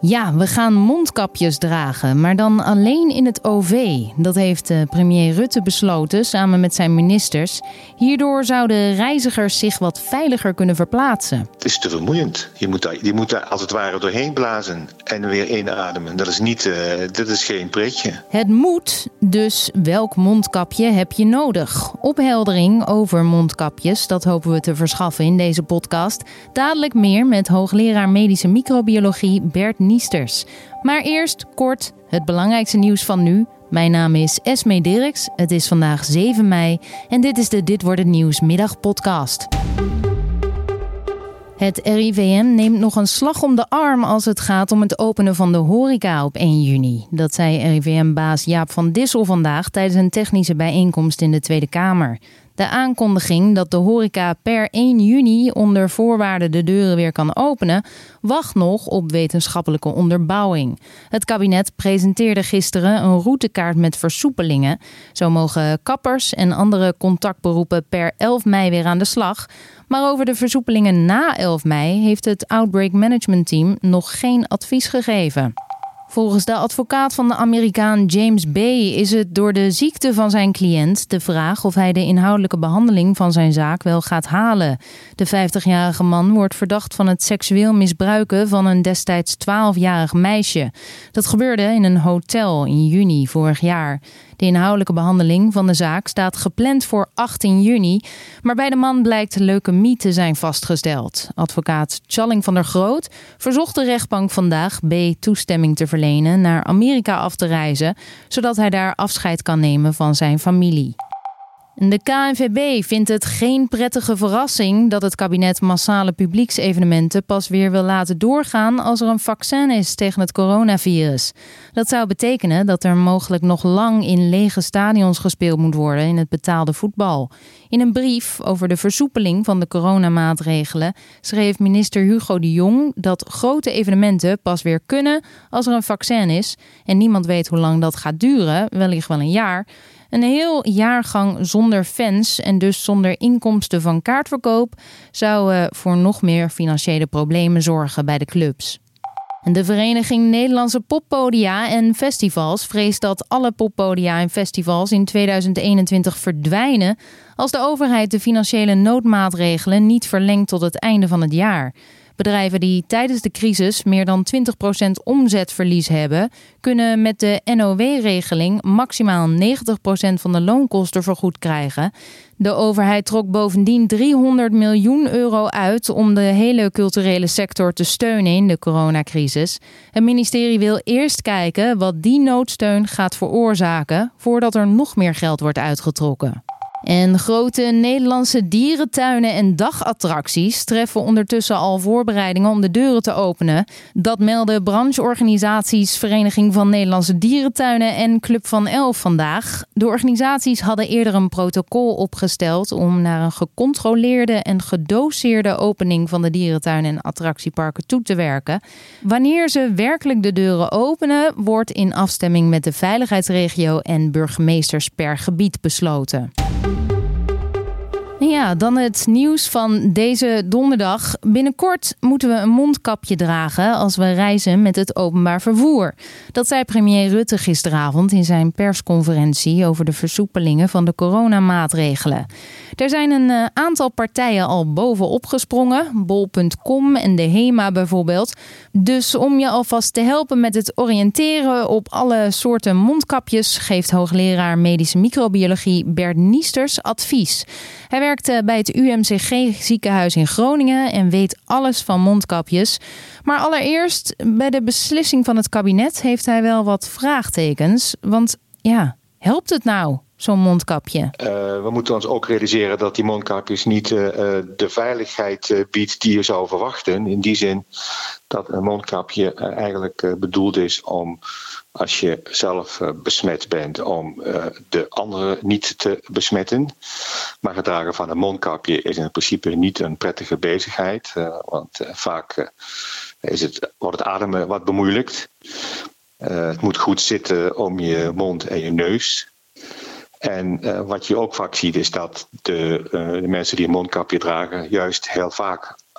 Ja, we gaan mondkapjes dragen, maar dan alleen in het OV. Dat heeft premier Rutte besloten samen met zijn ministers. Hierdoor zouden reizigers zich wat veiliger kunnen verplaatsen. Het is te vermoeiend. Je moet daar als het ware doorheen blazen en weer inademen. Dat is geen pretje. Het moet, dus welk mondkapje heb je nodig? Opheldering over mondkapjes, dat hopen we te verschaffen in deze podcast. Dadelijk meer met hoogleraar medische microbiologie Bert Niesters. Maar eerst kort het belangrijkste nieuws van nu. Mijn naam is Esme Dirks. Het is vandaag 7 mei en dit is de Dit Wordt Het Nieuws middagpodcast. Het RIVM neemt nog een slag om de arm als het gaat om het openen van de horeca op 1 juni. Dat zei RIVM-baas Jaap van Dissel vandaag tijdens een technische bijeenkomst in de Tweede Kamer. De aankondiging dat de horeca per 1 juni onder voorwaarden de deuren weer kan openen, wacht nog op wetenschappelijke onderbouwing. Het kabinet presenteerde gisteren een routekaart met versoepelingen. Zo mogen kappers en andere contactberoepen per 11 mei weer aan de slag. Maar over de versoepelingen na 11 mei heeft het Outbreak Management Team nog geen advies gegeven. Volgens de advocaat van de Amerikaan James B. is het door de ziekte van zijn cliënt de vraag of hij de inhoudelijke behandeling van zijn zaak wel gaat halen. De 50-jarige man wordt verdacht van het seksueel misbruiken van een destijds 12-jarig meisje. Dat gebeurde in een hotel in juni vorig jaar. De inhoudelijke behandeling van de zaak staat gepland voor 18 juni, maar bij de man blijkt leukemie te zijn vastgesteld. Advocaat Tjalling van der Groot verzocht de rechtbank vandaag B. toestemming te verlenen naar Amerika af te reizen, zodat hij daar afscheid kan nemen van zijn familie. De KNVB vindt het geen prettige verrassing dat het kabinet massale publieksevenementen pas weer wil laten doorgaan als er een vaccin is tegen het coronavirus. Dat zou betekenen dat er mogelijk nog lang in lege stadions gespeeld moet worden in het betaalde voetbal. In een brief over de versoepeling van de coronamaatregelen schreef minister Hugo de Jong dat grote evenementen pas weer kunnen als er een vaccin is. En niemand weet hoe lang dat gaat duren, wellicht wel een jaar. Een heel jaargang zonder fans en dus zonder inkomsten van kaartverkoop zou voor nog meer financiële problemen zorgen bij de clubs. De Vereniging Nederlandse Poppodia en Festivals vreest dat alle poppodia en festivals in 2021 verdwijnen als de overheid de financiële noodmaatregelen niet verlengt tot het einde van het jaar. Bedrijven die tijdens de crisis meer dan 20% omzetverlies hebben, kunnen met de NOW-regeling maximaal 90% van de loonkosten vergoed krijgen. De overheid trok bovendien 300 miljoen euro uit om de hele culturele sector te steunen in de coronacrisis. Het ministerie wil eerst kijken wat die noodsteun gaat veroorzaken voordat er nog meer geld wordt uitgetrokken. En grote Nederlandse dierentuinen en dagattracties treffen ondertussen al voorbereidingen om de deuren te openen. Dat melden brancheorganisaties Vereniging van Nederlandse Dierentuinen en Club van Elf vandaag. De organisaties hadden eerder een protocol opgesteld om naar een gecontroleerde en gedoseerde opening van de dierentuinen en attractieparken toe te werken. Wanneer ze werkelijk de deuren openen, wordt in afstemming met de veiligheidsregio en burgemeesters per gebied besloten. Ja, dan het nieuws van deze donderdag. Binnenkort moeten we een mondkapje dragen als we reizen met het openbaar vervoer. Dat zei premier Rutte gisteravond in zijn persconferentie over de versoepelingen van de coronamaatregelen. Er zijn een aantal partijen al bovenop gesprongen, bol.com en de HEMA bijvoorbeeld. Dus om je alvast te helpen met het oriënteren op alle soorten mondkapjes, geeft hoogleraar medische microbiologie Bert Niesters advies. Hij werkt bij het UMCG ziekenhuis in Groningen en weet alles van mondkapjes. Maar allereerst, bij de beslissing van het kabinet heeft hij wel wat vraagtekens. Want ja, helpt het nou, zo'n mondkapje? We moeten ons ook realiseren dat die mondkapjes niet de veiligheid biedt die je zou verwachten. In die zin dat een mondkapje eigenlijk bedoeld is om, als je zelf besmet bent, om de anderen niet te besmetten. Maar het dragen van een mondkapje is in principe niet een prettige bezigheid. Want vaak wordt het ademen wat bemoeilijkt. Het moet goed zitten om je mond en je neus. En wat je ook vaak ziet is dat de mensen die een mondkapje dragen juist heel vaak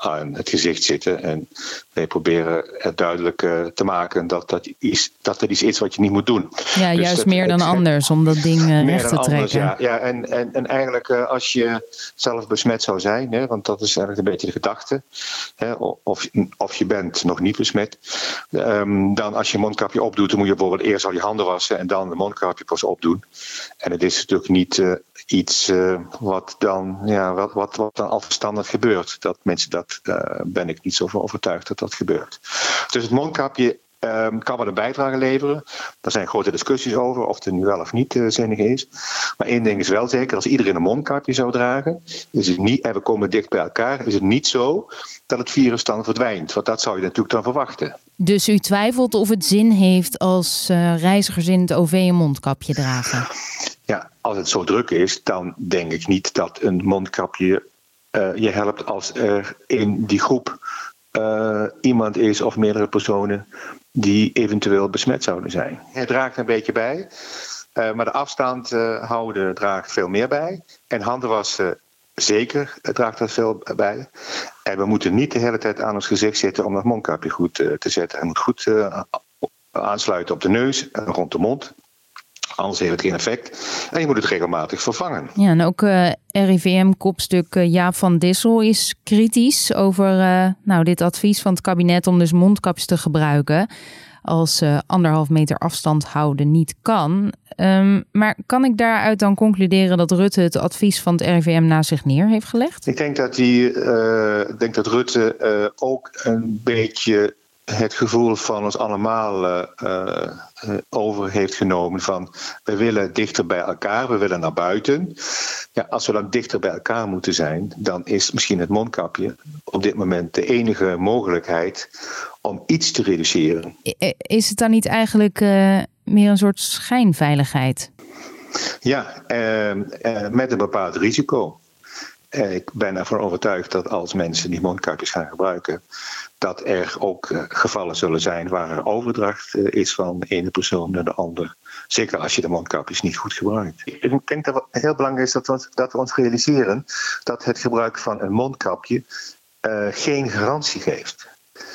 aan het gezicht zitten. En wij proberen het duidelijk te maken dat dat iets is wat je niet moet doen. Ja, dus juist meer dan anders om dat ding recht te trekken. Anders, ja, en eigenlijk als je zelf besmet zou zijn, hè, want dat is eigenlijk een beetje de gedachte, hè, of je bent nog niet besmet, dan als je een mondkapje opdoet, dan moet je bijvoorbeeld eerst al je handen wassen en dan de mondkapje pas opdoen. En het is natuurlijk niet iets wat dan al verstandig gebeurt. Dat mensen ben ik niet zo van overtuigd dat gebeurt. Dus het mondkapje kan wel een bijdrage leveren. Daar zijn grote discussies over of het nu wel of niet zinnig is. Maar één ding is wel zeker, als iedereen een mondkapje zou dragen, is het niet, en we komen dicht bij elkaar, is het niet zo dat het virus dan verdwijnt. Want dat zou je natuurlijk dan verwachten. Dus u twijfelt of het zin heeft als reizigers in het OV een mondkapje dragen? Ja, als het zo druk is, dan denk ik niet dat een mondkapje je helpt als er in die groep iemand is of meerdere personen die eventueel besmet zouden zijn. Het draagt een beetje bij, maar de afstand houden draagt veel meer bij. En handen wassen zeker draagt er veel bij. En we moeten niet de hele tijd aan ons gezicht zitten om dat mondkapje goed te zetten. Hij moet goed aansluiten op de neus en rond de mond. Anders heeft het geen effect. En je moet het regelmatig vervangen. Ja, en ook RIVM-kopstuk Jaap van Dissel is kritisch over dit advies van het kabinet om dus mondkapjes te gebruiken als 1,5 meter afstand houden niet kan. Maar kan ik daaruit dan concluderen dat Rutte het advies van het RIVM naast zich neer heeft gelegd? Ik denk dat Rutte ook een beetje het gevoel van ons allemaal over heeft genomen van we willen dichter bij elkaar, we willen naar buiten. Ja, als we dan dichter bij elkaar moeten zijn, dan is misschien het mondkapje op dit moment de enige mogelijkheid om iets te reduceren. Is het dan niet eigenlijk meer een soort schijnveiligheid? Ja, met een bepaald risico. Ik ben ervan overtuigd dat als mensen die mondkapjes gaan gebruiken, dat er ook gevallen zullen zijn waar er overdracht is van de ene persoon naar de ander. Zeker als je de mondkapjes niet goed gebruikt. Ik denk dat het heel belangrijk is dat we ons realiseren dat het gebruik van een mondkapje geen garantie geeft.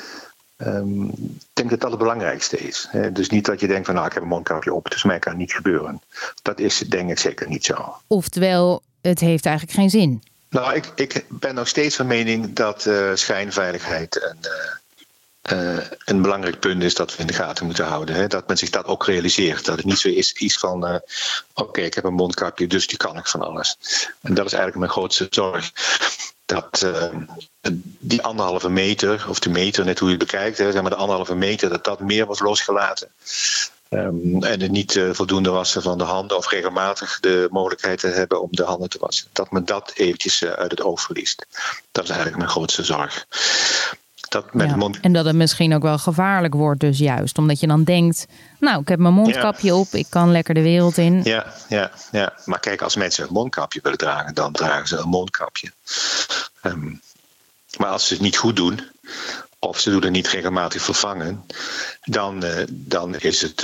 Ik denk dat dat het belangrijkste is. Dus niet dat je denkt van ik heb een mondkapje op, dus mij kan het niet gebeuren. Dat is denk ik zeker niet zo. Oftewel, het heeft eigenlijk geen zin. Nou, ik ben nog steeds van mening dat schijnveiligheid een belangrijk punt is dat we in de gaten moeten houden. Hè? Dat men zich dat ook realiseert. Dat het niet zo is iets van oké, ik heb een mondkapje, dus die kan ik van alles. En dat is eigenlijk mijn grootste zorg. Dat die 1,5 meter, of de meter, net hoe je het bekijkt, zeg maar de 1,5 meter, dat meer was losgelaten. En het niet voldoende wassen van de handen of regelmatig de mogelijkheid te hebben om de handen te wassen. Dat men dat eventjes uit het oog verliest. Dat is eigenlijk mijn grootste zorg. En dat het misschien ook wel gevaarlijk wordt dus juist. Omdat je dan denkt, ik heb mijn mondkapje op, ik kan lekker de wereld in. Ja. Maar kijk, als mensen een mondkapje willen dragen, dan dragen ze een mondkapje. Maar als ze het niet goed doen, of ze doen het niet regelmatig vervangen, dan is het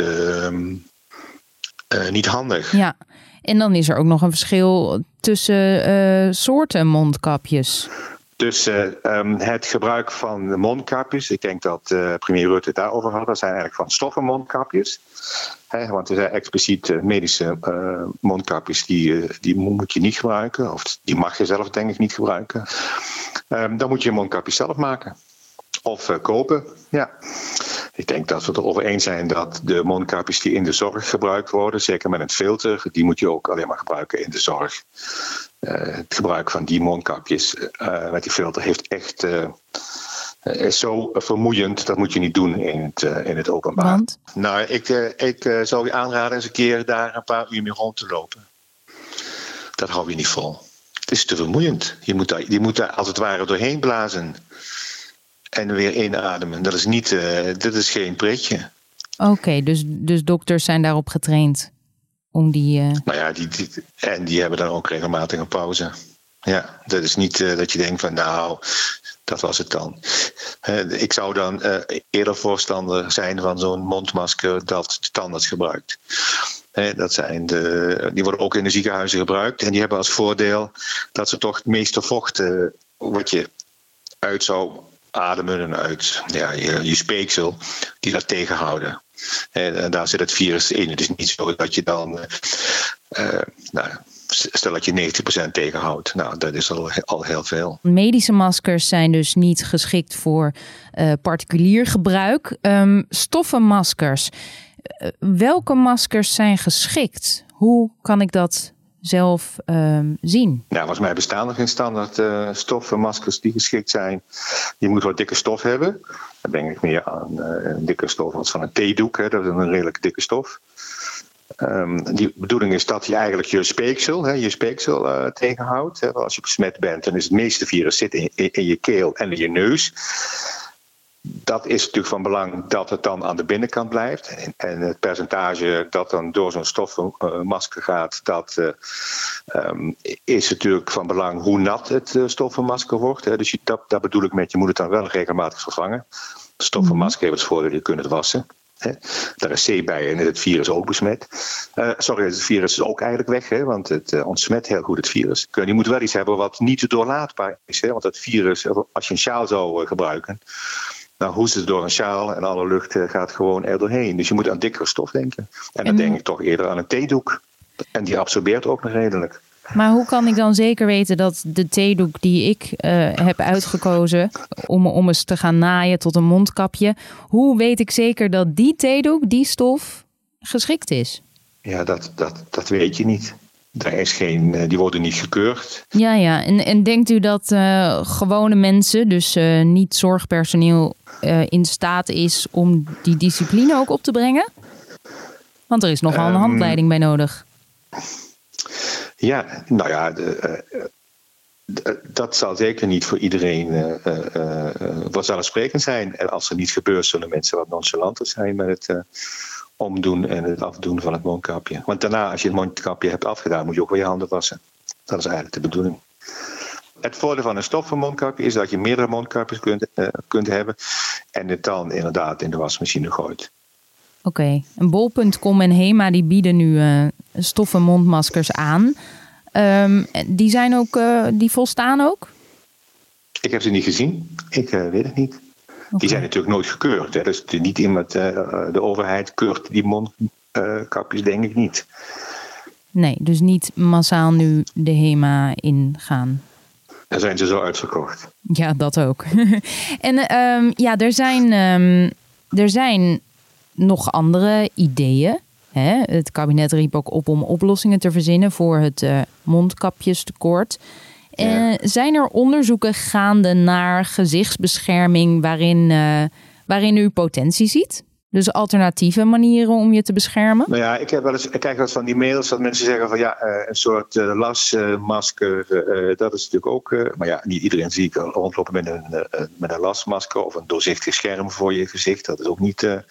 niet handig. Ja, en dan is er ook nog een verschil tussen soorten mondkapjes. Dus het gebruik van de mondkapjes, ik denk dat premier Rutte het daarover had, dat zijn eigenlijk van stoffen mondkapjes. Want er zijn expliciet medische mondkapjes die moet je niet gebruiken, of die mag je zelf denk ik niet gebruiken. Dan moet je een mondkapje zelf maken. Of kopen, ja. Ik denk dat we het erover eens zijn dat de mondkapjes die in de zorg gebruikt worden, zeker met een filter, die moet je ook alleen maar gebruiken in de zorg. Het gebruik van die mondkapjes met die filter heeft echt is zo vermoeiend, dat moet je niet doen in het openbaar. Want? Nou, ik zou je aanraden eens een keer daar een paar uur mee rond te lopen. Dat hou je niet vol. Het is te vermoeiend. Je moet daar als het ware doorheen blazen. En weer inademen. Dat is geen pretje. Oké, dus dokters zijn daarop getraind om die... Nou ja, die hebben dan ook regelmatig een pauze. Ja, dat is niet dat je denkt van dat was het dan. Ik zou dan eerder voorstander zijn van zo'n mondmasker dat de tandarts gebruikt. Die worden ook in de ziekenhuizen gebruikt. En die hebben als voordeel dat ze toch het meeste vocht wat je uit zou ademen en uit je speeksel, die dat tegenhouden. En daar zit het virus in. Het is niet zo dat je dan, stel dat je 90% tegenhoudt. Nou, dat is al heel veel. Medische maskers zijn dus niet geschikt voor particulier gebruik. Stoffen maskers. Welke maskers zijn geschikt? Hoe kan ik dat zelf zien? Ja, volgens mij bestaan er geen standaard stoffen maskers die geschikt zijn. Je moet wat dikke stof hebben. Dan denk ik meer aan een dikke stof als van een theedoek. Hè. Dat is een redelijk dikke stof. Die bedoeling is dat je eigenlijk je speeksel tegenhoudt. Hè. Als je besmet bent, dan is het meeste virus zit in je keel en in je neus. Dat is natuurlijk van belang dat het dan aan de binnenkant blijft. En het percentage dat dan door zo'n stoffenmasker gaat, dat is natuurlijk van belang hoe nat het stoffenmasker wordt. Hè. Dus dat bedoel ik met, je moet het dan wel regelmatig vervangen. De stoffenmasker heeft het voordeel, je kunt het wassen. Daar is C bij en het virus ook besmet. Het virus is ook eigenlijk weg, hè, want het ontsmet heel goed het virus. Je moet wel iets hebben wat niet doorlaatbaar is. Hè, want het virus, als je een sjaal zou gebruiken, dan hoest het door een sjaal en alle lucht gaat gewoon er doorheen. Dus je moet aan dikkere stof denken. En dan denk ik toch eerder aan een theedoek. En die absorbeert ook nog redelijk. Maar hoe kan ik dan zeker weten dat de theedoek die ik heb uitgekozen om eens te gaan naaien tot een mondkapje, hoe weet ik zeker dat die theedoek, die stof, geschikt is? Ja, dat weet je niet. Die worden niet gekeurd. Ja. En denkt u dat gewone mensen, dus niet zorgpersoneel, in staat is om die discipline ook op te brengen? Want er is nogal een handleiding bij nodig. Ja, dat zal zeker niet voor iedereen vanzelfsprekend zijn. En als er niet gebeurt, zullen mensen wat nonchalanter zijn met het omdoen en het afdoen van het mondkapje. Want daarna, als je het mondkapje hebt afgedaan, moet je ook weer je handen wassen. Dat is eigenlijk de bedoeling. Het voordeel van een stoffen mondkapje is dat je meerdere mondkapjes kunt hebben en het dan inderdaad in de wasmachine gooit. Oké. En Bol.com en Hema die bieden nu stoffen mondmaskers aan. Die zijn ook, die volstaan ook? Ik heb ze niet gezien. Ik weet het niet. Okay. Die zijn natuurlijk nooit gekeurd. Hè. Dus niet iemand, de overheid keurt die mondkapjes, denk ik niet. Nee, dus niet massaal nu de Hema ingaan. Daar zijn ze zo uitverkocht. Ja, dat ook. En er zijn nog andere ideeën. Hè? Het kabinet riep ook op om oplossingen te verzinnen voor het mondkapjestekort. Zijn er onderzoeken gaande naar gezichtsbescherming waarin u potentie ziet? Dus alternatieve manieren om je te beschermen? Nou ja, ik krijg wel eens van die mails dat mensen zeggen van een soort lasmasker, dat is natuurlijk ook. Maar ja, niet iedereen zie ik rondlopen met een lasmasker of een doorzichtig scherm voor je gezicht. Dat is ook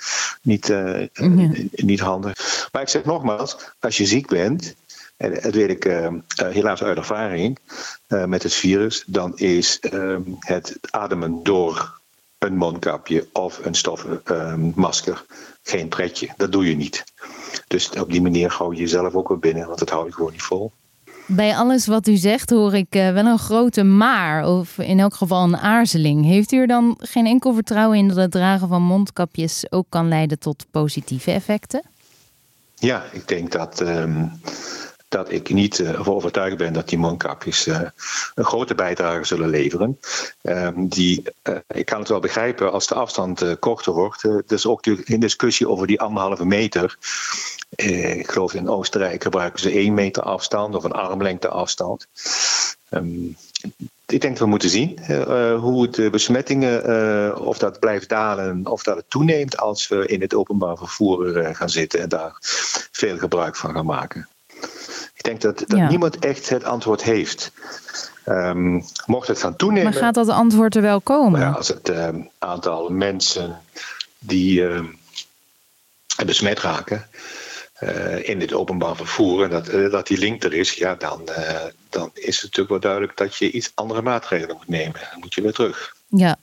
niet handig. Maar ik zeg nogmaals, als je ziek bent, en dat weet ik helaas uit ervaring met het virus, dan is het ademen door een mondkapje of een stoffen masker geen pretje. Dat doe je niet. Dus op die manier hou je jezelf ook weer binnen, want dat hou je gewoon niet vol. Bij alles wat u zegt hoor ik wel een grote maar, of in elk geval een aarzeling. Heeft u er dan geen enkel vertrouwen in dat het dragen van mondkapjes ook kan leiden tot positieve effecten? Ja, ik denk dat ik niet ervan overtuigd ben dat die mondkapjes een grote bijdrage zullen leveren. Ik kan het wel begrijpen als de afstand korter wordt. Er is ook een discussie over die 1,5 meter. Ik geloof in Oostenrijk gebruiken ze 1 meter afstand of een armlengte afstand. Ik denk dat we moeten zien hoe de besmettingen, of dat blijft dalen of dat het toeneemt als we in het openbaar vervoer gaan zitten en daar veel gebruik van gaan maken. Ik denk dat niemand echt het antwoord heeft. Mocht het gaan toenemen... Maar gaat dat antwoord er wel komen? Ja, als het aantal mensen die besmet raken in het openbaar vervoer en dat die link er is, dan is het natuurlijk wel duidelijk dat je iets andere maatregelen moet nemen. Dan moet je weer terug. Ja.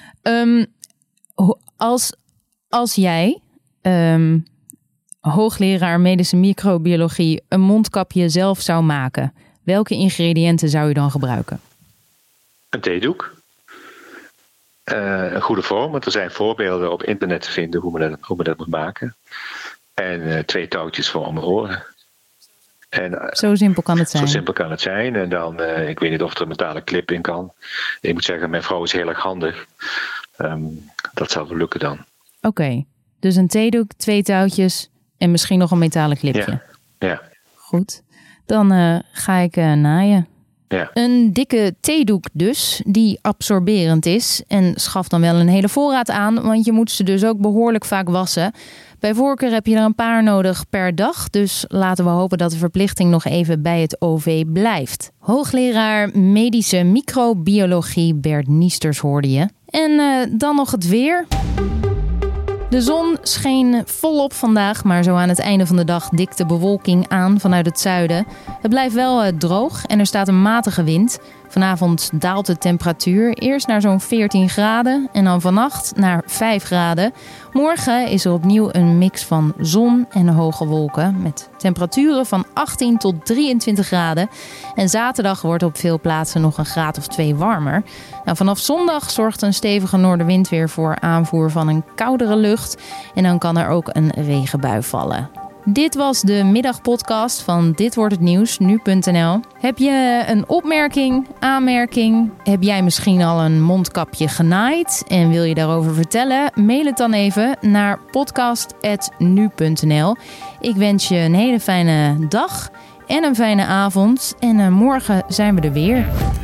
Als jij... hoogleraar medische microbiologie een mondkapje zelf zou maken, welke ingrediënten zou je dan gebruiken? Een theedoek. een goede vorm. Want er zijn voorbeelden op internet te vinden hoe men dat moet maken. En 2 touwtjes voor om de oren. En, zo simpel kan het zijn. Zo simpel kan het zijn. En dan, ik weet niet of er een metalen clip in kan. Ik moet zeggen, mijn vrouw is heel erg handig. Dat zal wel lukken dan. Oké, dus een theedoek, 2 touwtjes en misschien nog een metalen clipje. Ja. Goed, dan ga ik naaien. Ja. Een dikke theedoek dus, die absorberend is. En schaf dan wel een hele voorraad aan, want je moet ze dus ook behoorlijk vaak wassen. Bij voorkeur heb je er een paar nodig per dag. Dus laten we hopen dat de verplichting nog even bij het OV blijft. Hoogleraar medische microbiologie Bert Niesters hoorde je. En dan nog het weer. De zon scheen volop vandaag, maar zo aan het einde van de dag dikte bewolking aan vanuit het zuiden. Het blijft wel droog en er staat een matige wind. Vanavond daalt de temperatuur eerst naar zo'n 14 graden en dan vannacht naar 5 graden. Morgen is er opnieuw een mix van zon en hoge wolken met temperaturen van 18 tot 23 graden. En zaterdag wordt op veel plaatsen nog een graad of 2 warmer. Nou, vanaf zondag zorgt een stevige noordenwind weer voor aanvoer van een koudere lucht. En dan kan er ook een regenbui vallen. Dit was de middagpodcast van Dit Wordt Het Nieuws, nu.nl. Heb je een opmerking, aanmerking? Heb jij misschien al een mondkapje genaaid en wil je daarover vertellen? Mail het dan even naar podcast@nu.nl. Ik wens je een hele fijne dag en een fijne avond. En morgen zijn we er weer.